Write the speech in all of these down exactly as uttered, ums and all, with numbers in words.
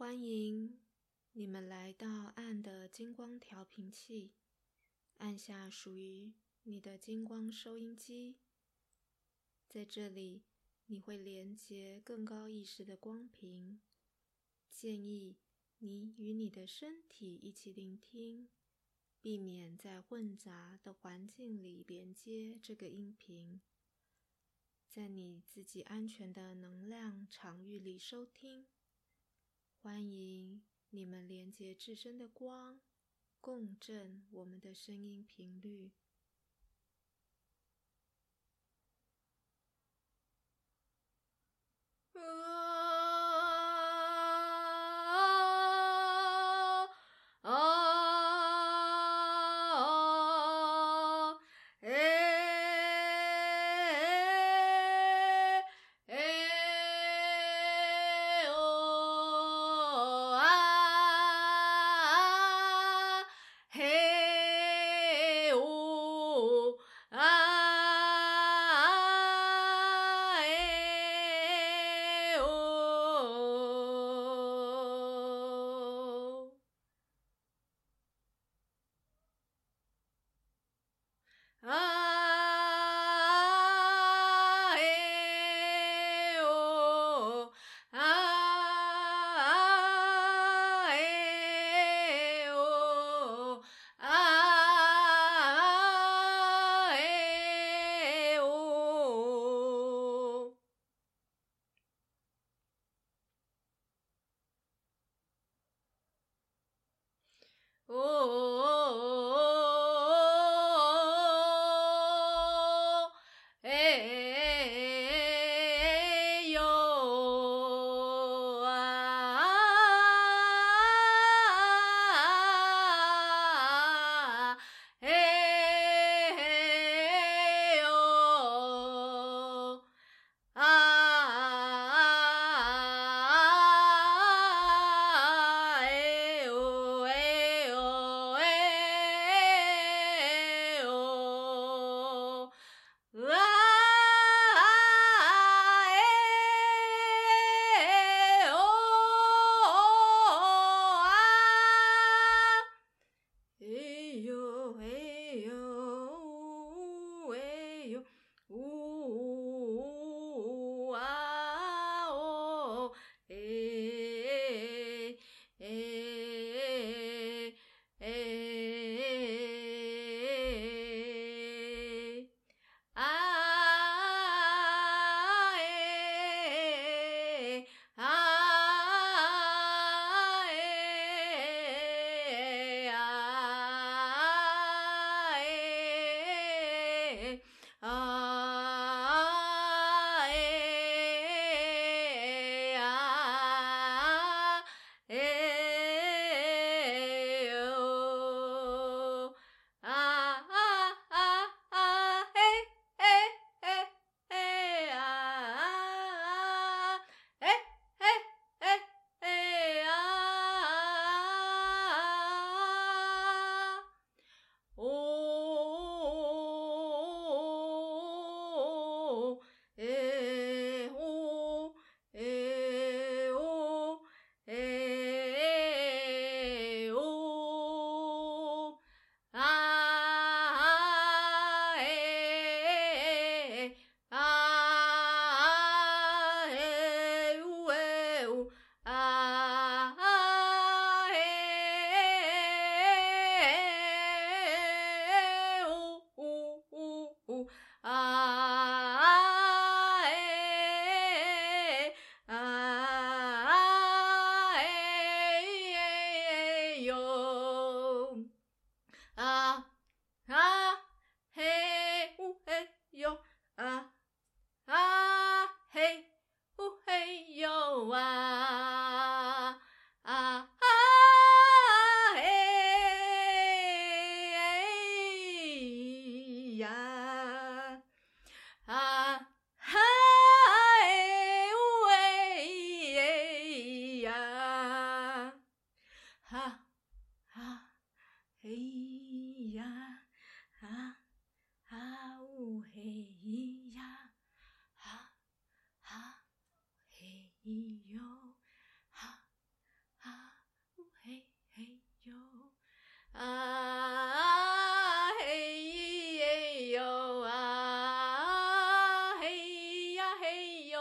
欢迎你们来到暗的金光调频器，按下属于你的金光收音机。在这里，你会连接更高意识的光频。建议你与你的身体一起聆听，避免在混杂的环境里连接这个音频。在你自己安全的能量场域里收听。欢迎你们连接自身的光，共振我们的声音频率。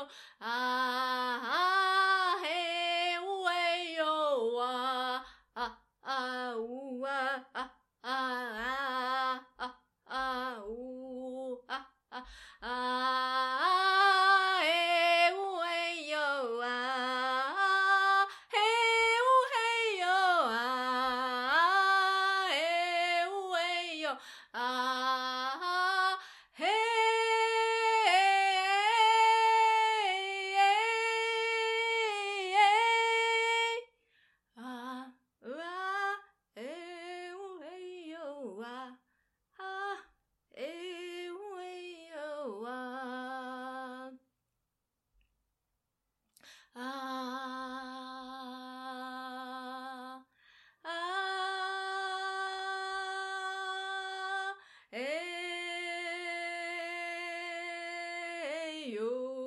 哟啊啊嘿呜嘿哟啊啊啊呜啊啊啊啊啊啊呜啊啊啊嘿呜嘿哟啊嘿呜嘿哟啊嘿呜嘿哟啊嘿。啊啊哎呜嘿哟啊啊哎呜嘿哟啊啊啊哎哟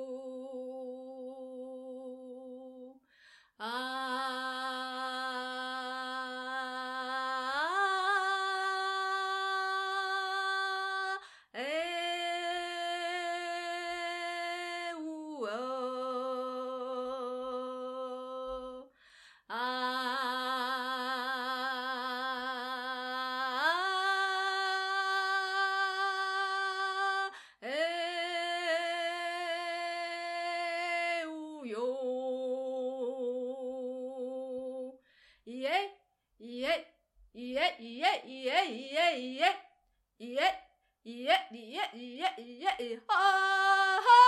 啊哎呜哦啊哎呜哟耶耶耶耶耶耶耶耶耶耶耶耶哈哈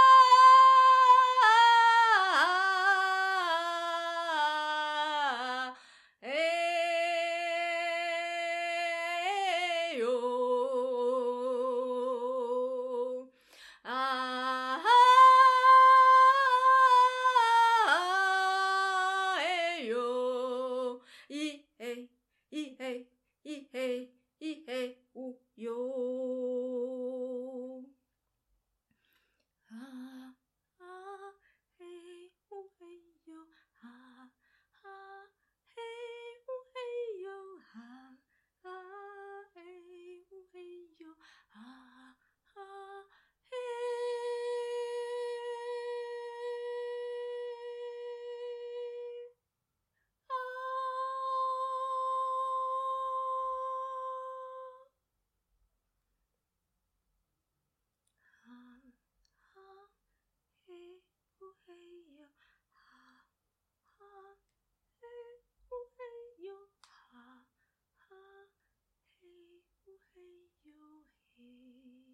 哎哟啊哎哟一嘿一嘿一嘿一嘿呜哟啊啊嘿呜嘿哟啊啊嘿呜嘿哟啊啊嘿呜嘿哟啊啊嘿啊啊嘿呜嘿哟啊啊嘿呜嘿哟啊啊嘿呜嘿哟嘿。